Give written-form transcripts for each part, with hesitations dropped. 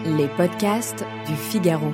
Les podcasts du Figaro.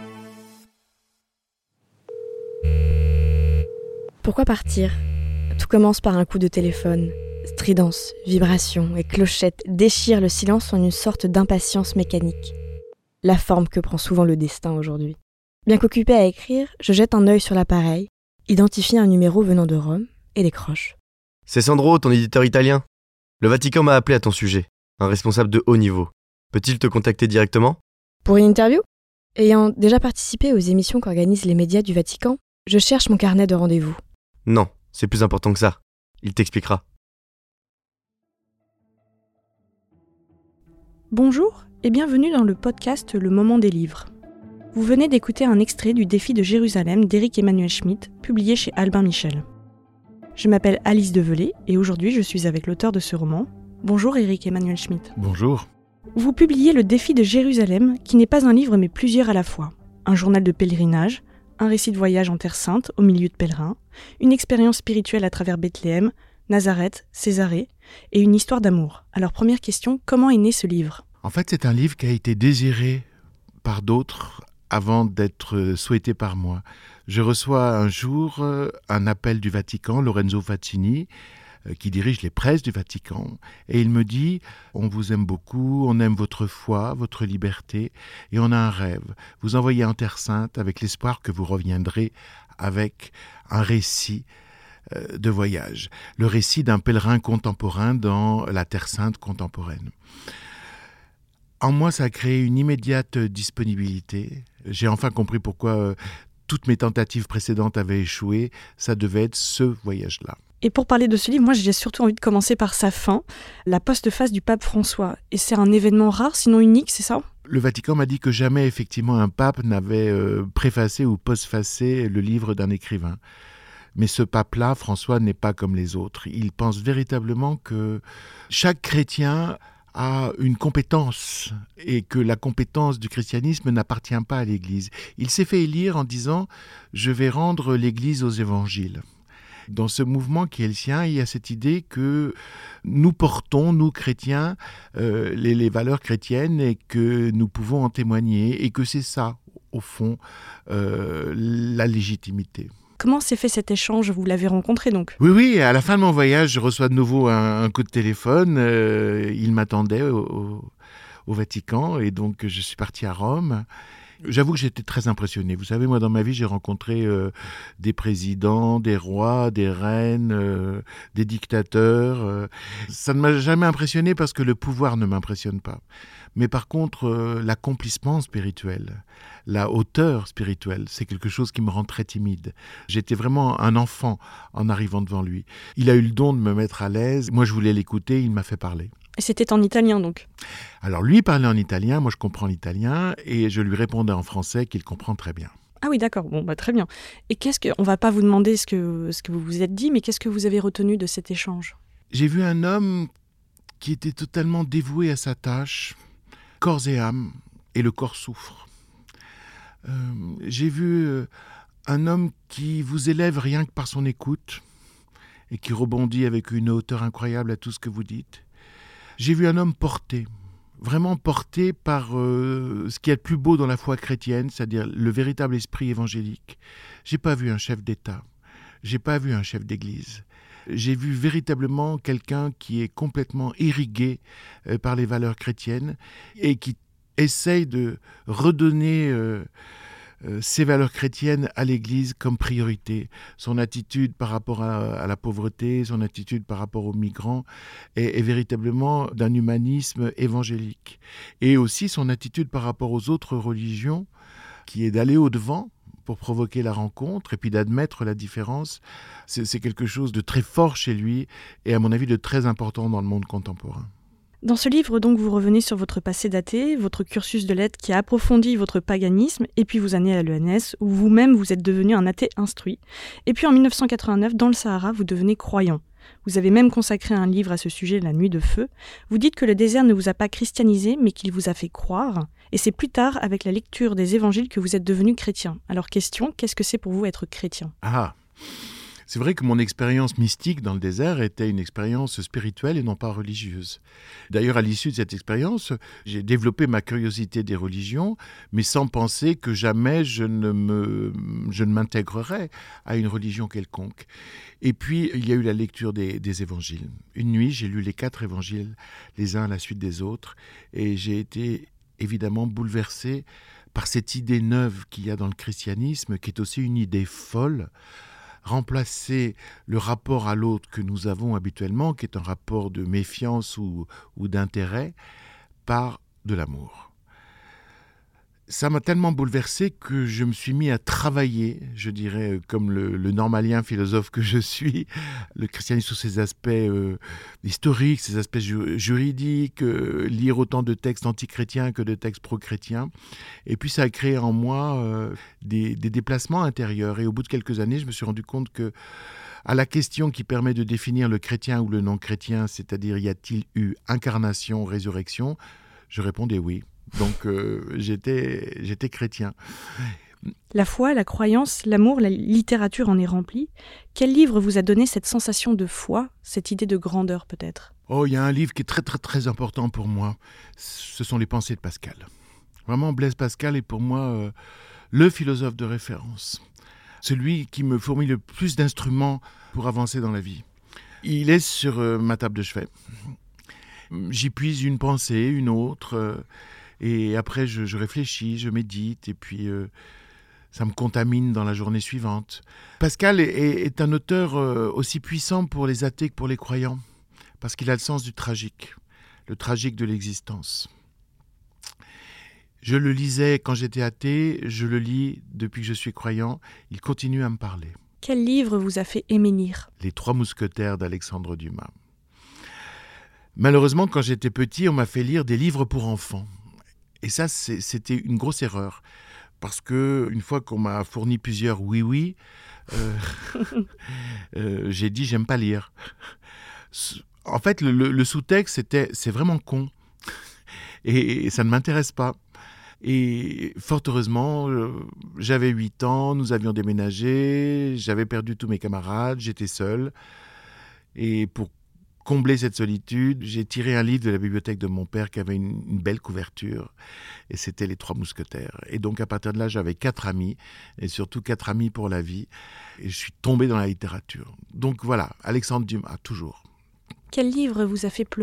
Pourquoi partir ? Tout commence par un coup de téléphone. Stridence, vibration et clochette déchirent le silence en une sorte d'impatience mécanique. La forme que prend souvent le destin aujourd'hui. Bien qu'occupé à écrire, je jette un œil sur l'appareil, identifie un numéro venant de Rome et décroche. C'est Sandro, ton éditeur italien. Le Vatican m'a appelé à ton sujet, un responsable de haut niveau. Peut-il te contacter directement ? Pour une interview ? Ayant déjà participé aux émissions qu'organisent les médias du Vatican, je cherche mon carnet de rendez-vous. Non, c'est plus important que ça. Il t'expliquera. Bonjour et bienvenue dans le podcast Le Moment des livres. Vous venez d'écouter un extrait du Défi de Jérusalem d'Éric Emmanuel Schmitt, publié chez Albin Michel. Je m'appelle Alice Develay et aujourd'hui je suis avec l'auteur de ce roman. Bonjour Éric Emmanuel Schmitt. Bonjour. Vous publiez Le Défi de Jérusalem, qui n'est pas un livre mais plusieurs à la fois. Un journal de pèlerinage, un récit de voyage en Terre Sainte au milieu de pèlerins, une expérience spirituelle à travers Bethléem, Nazareth, Césarée et une histoire d'amour. Alors première question, comment est né ce livre ? En fait, c'est un livre qui a été désiré par d'autres avant d'être souhaité par moi. Je reçois un jour un appel du Vatican, Lorenzo Fazzini, qui dirige les presses du Vatican, et il me dit « On vous aime beaucoup, on aime votre foi, votre liberté, et on a un rêve. Vous envoyez en Terre Sainte avec l'espoir que vous reviendrez avec un récit de voyage, le récit d'un pèlerin contemporain dans la Terre Sainte contemporaine. » En moi, ça a créé une immédiate disponibilité. J'ai enfin compris pourquoi toutes mes tentatives précédentes avaient échoué. Ça devait être ce voyage-là. Et pour parler de ce livre, moi j'ai surtout envie de commencer par sa fin, la postface du pape François. Et c'est un événement rare, sinon unique, c'est ça ? Le Vatican m'a dit que jamais effectivement un pape n'avait préfacé ou postfacé le livre d'un écrivain. Mais ce pape-là, François, n'est pas comme les autres. Il pense véritablement que chaque chrétien a une compétence et que la compétence du christianisme n'appartient pas à l'Église. Il s'est fait élire en disant « Je vais rendre l'Église aux évangiles ». Dans ce mouvement qui est le sien, il y a cette idée que nous portons, nous chrétiens, les valeurs chrétiennes et que nous pouvons en témoigner et que c'est ça, au fond, la légitimité. Comment s'est fait cet échange ? Vous l'avez rencontré donc ? Oui, à la fin de mon voyage, je reçois de nouveau un coup de téléphone. Il m'attendait au Vatican et donc je suis parti à Rome. J'avoue que j'étais très impressionné. Vous savez, moi, dans ma vie, j'ai rencontré des présidents, des rois, des reines, des dictateurs. Ça ne m'a jamais impressionné parce que le pouvoir ne m'impressionne pas. Mais par contre, l'accomplissement spirituel, la hauteur spirituelle, c'est quelque chose qui me rend très timide. J'étais vraiment un enfant en arrivant devant lui. Il a eu le don de me mettre à l'aise. Moi, je voulais l'écouter, il m'a fait parler. Et c'était en italien donc ? Alors lui parlait en italien, moi je comprends l'italien et je lui répondais en français qu'il comprend très bien. Ah oui, d'accord, bon, très bien. Et on va pas vous demander ce que vous vous êtes dit, mais qu'est-ce que vous avez retenu de cet échange ? J'ai vu un homme qui était totalement dévoué à sa tâche, corps et âme, et le corps souffre. J'ai vu un homme qui vous élève rien que par son écoute et qui rebondit avec une hauteur incroyable à tout ce que vous dites. J'ai vu un homme porté, vraiment porté par ce qu'il y a de plus beau dans la foi chrétienne, c'est-à-dire le véritable esprit évangélique. J'ai pas vu un chef d'État, j'ai pas vu un chef d'Église. J'ai vu véritablement quelqu'un qui est complètement irrigué par les valeurs chrétiennes et qui essaye de redonner ces valeurs chrétiennes à l'Église comme priorité. Son attitude par rapport à la pauvreté, son attitude par rapport aux migrants est véritablement d'un humanisme évangélique. Et aussi son attitude par rapport aux autres religions, qui est d'aller au-devant pour provoquer la rencontre et puis d'admettre la différence. C'est quelque chose de très fort chez lui et à mon avis de très important dans le monde contemporain. Dans ce livre, donc, vous revenez sur votre passé d'athée, votre cursus de lettres qui a approfondi votre paganisme, et puis vos années à l'ENS, où vous-même vous êtes devenu un athée instruit. Et puis en 1989, dans le Sahara, vous devenez croyant. Vous avez même consacré un livre à ce sujet, La Nuit de Feu. Vous dites que le désert ne vous a pas christianisé, mais qu'il vous a fait croire. Et c'est plus tard, avec la lecture des évangiles, que vous êtes devenu chrétien. Alors question, qu'est-ce que c'est pour vous être chrétien ? C'est vrai que mon expérience mystique dans le désert était une expérience spirituelle et non pas religieuse. D'ailleurs, à l'issue de cette expérience, j'ai développé ma curiosité des religions, mais sans penser que jamais je ne m'intégrerais à une religion quelconque. Et puis, il y a eu la lecture des évangiles. Une nuit, j'ai lu les 4 évangiles, les uns à la suite des autres, et j'ai été évidemment bouleversé par cette idée neuve qu'il y a dans le christianisme, qui est aussi une idée folle, remplacer le rapport à l'autre que nous avons habituellement, qui est un rapport de méfiance ou d'intérêt, par de l'amour. Ça m'a tellement bouleversé que je me suis mis à travailler, je dirais, comme le normalien philosophe que je suis, le christianisme sous ses aspects historiques, ses aspects juridiques, lire autant de textes anti-chrétiens que de textes pro-chrétiens. Et puis ça a créé en moi des déplacements intérieurs. Et au bout de quelques années, je me suis rendu compte que à la question qui permet de définir le chrétien ou le non-chrétien, c'est-à-dire y a-t-il eu incarnation, résurrection, je répondais oui. Donc j'étais chrétien. La foi, la croyance, l'amour, la littérature en est remplie. Quel livre vous a donné cette sensation de foi, cette idée de grandeur peut-être ? Oh, il y a un livre qui est très très très important pour moi. Ce sont les Pensées de Pascal. Vraiment, Blaise Pascal est pour moi le philosophe de référence. Celui qui me fournit le plus d'instruments pour avancer dans la vie. Il est sur ma table de chevet. J'y puise une pensée, une autre... Et après, je réfléchis, je médite, et puis ça me contamine dans la journée suivante. Pascal est un auteur aussi puissant pour les athées que pour les croyants, parce qu'il a le sens du tragique, le tragique de l'existence. Je le lisais quand j'étais athée, je le lis depuis que je suis croyant, il continue à me parler. Quel livre vous a fait aimer lire ? Les 3 mousquetaires d'Alexandre Dumas. Malheureusement, quand j'étais petit, on m'a fait lire des livres pour enfants. Et ça, c'était une grosse erreur. Parce qu'une fois qu'on m'a fourni plusieurs oui-oui, j'ai dit « j'aime pas lire ». En fait, le sous-texte, c'est vraiment con. Et ça ne m'intéresse pas. Et fort heureusement, j'avais 8 ans, nous avions déménagé, j'avais perdu tous mes camarades, j'étais seul. Et pour combler cette solitude, j'ai tiré un livre de la bibliothèque de mon père qui avait une belle couverture, et c'était Les 3 mousquetaires. Et donc à partir de là, j'avais 4 amis, et surtout 4 amis pour la vie, et je suis tombé dans la littérature. Donc voilà, Alexandre Dumas, toujours. Quel livre vous a fait pleurer ?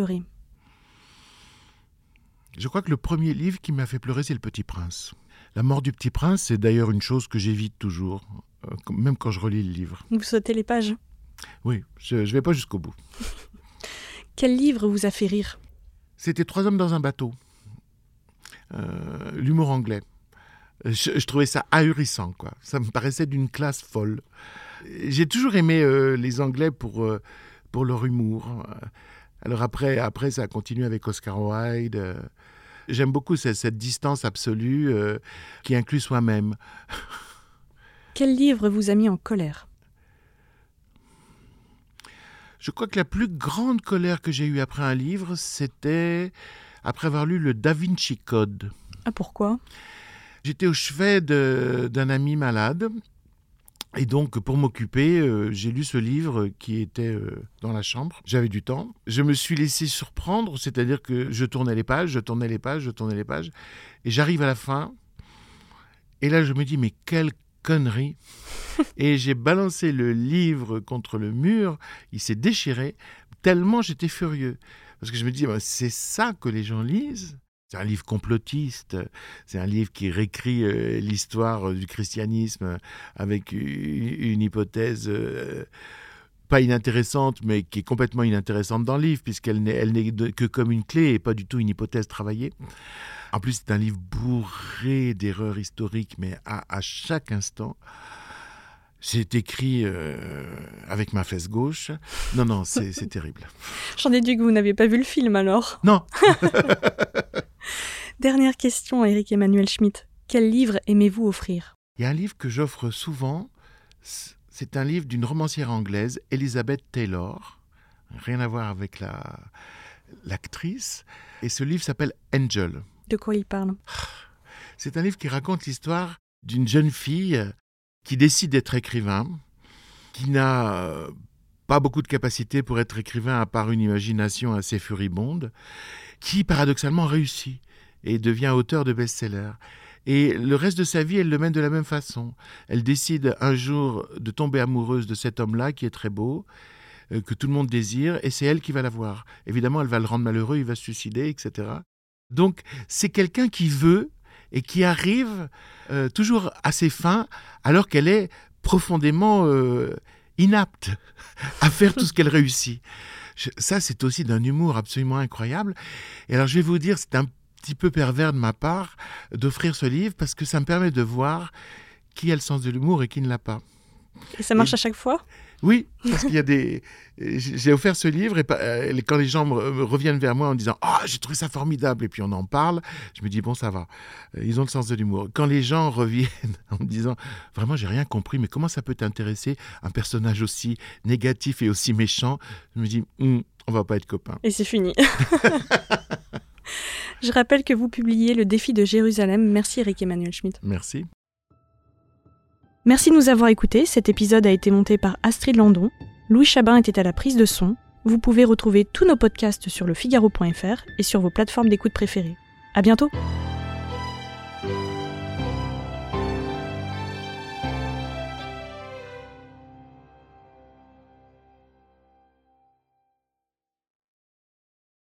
Je crois que le premier livre qui m'a fait pleurer, c'est Le Petit Prince. La mort du Petit Prince, c'est d'ailleurs une chose que j'évite toujours, même quand je relis le livre. Vous sautez les pages ? Oui, je ne vais pas jusqu'au bout. Quel livre vous a fait rire ? C'était 3 hommes dans un bateau. L'humour anglais. Je trouvais ça ahurissant, quoi. Ça me paraissait d'une classe folle. J'ai toujours aimé les Anglais pour leur humour. Alors après, ça a continué avec Oscar Wilde. J'aime beaucoup cette distance absolue qui inclut soi-même. Quel livre vous a mis en colère ? Je crois que la plus grande colère que j'ai eue après un livre, c'était après avoir lu le Da Vinci Code. Ah, pourquoi ? J'étais au chevet d'un ami malade. Et donc, pour m'occuper, j'ai lu ce livre qui était dans la chambre. J'avais du temps. Je me suis laissé surprendre, c'est-à-dire que je tournais les pages. Et j'arrive à la fin. Et là, je me dis, mais quelle connerie. Et j'ai balancé le livre contre le mur, il s'est déchiré, tellement j'étais furieux. Parce que je me dis, c'est ça que les gens lisent ? C'est un livre complotiste, c'est un livre qui réécrit l'histoire du christianisme avec une hypothèse pas inintéressante, mais qui est complètement inintéressante dans le livre, puisqu'elle n'est que comme une clé et pas du tout une hypothèse travaillée. En plus, c'est un livre bourré d'erreurs historiques, mais à chaque instant. C'est écrit avec ma fesse gauche. Non, c'est terrible. J'en ai déduis que vous n'aviez pas vu le film alors. Non. Dernière question, Éric Emmanuel Schmitt. Quel livre aimez-vous offrir ? Il y a un livre que j'offre souvent. C'est un livre d'une romancière anglaise, Elizabeth Taylor. Rien à voir avec l'actrice. Et ce livre s'appelle Angel. De quoi il parle ? C'est un livre qui raconte l'histoire d'une jeune fille qui décide d'être écrivain, qui n'a pas beaucoup de capacité pour être écrivain à part une imagination assez furibonde, qui paradoxalement réussit et devient auteur de best-sellers. Et le reste de sa vie, elle le mène de la même façon. Elle décide un jour de tomber amoureuse de cet homme-là qui est très beau, que tout le monde désire, et c'est elle qui va l'avoir. Évidemment, elle va le rendre malheureux, il va se suicider, etc. Donc, c'est quelqu'un qui veut et qui arrive toujours à ses fins, alors qu'elle est profondément inapte à faire tout ce qu'elle réussit. Ça, c'est aussi d'un humour absolument incroyable. Et alors, je vais vous dire, c'est un petit peu pervers de ma part d'offrir ce livre parce que ça me permet de voir qui a le sens de l'humour et qui ne l'a pas. Et ça marche à chaque fois ? Oui, parce qu'il y a des... J'ai offert ce livre et quand les gens me reviennent vers moi en disant « Ah, j'ai trouvé ça formidable !» et puis on en parle, je me dis « Bon, ça va, ils ont le sens de l'humour. » Quand les gens reviennent en me disant « Vraiment, j'ai rien compris, mais comment ça peut t'intéresser, un personnage aussi négatif et aussi méchant ?» Je me dis « On va pas être copains. » Et c'est fini. Je rappelle que vous publiez Le Défi de Jérusalem. Merci Éric Emmanuel Schmitt. Merci. Merci de nous avoir écoutés. Cet épisode a été monté par Astrid Landon. Louis Chabin était à la prise de son. Vous pouvez retrouver tous nos podcasts sur lefigaro.fr et sur vos plateformes d'écoute préférées. À bientôt!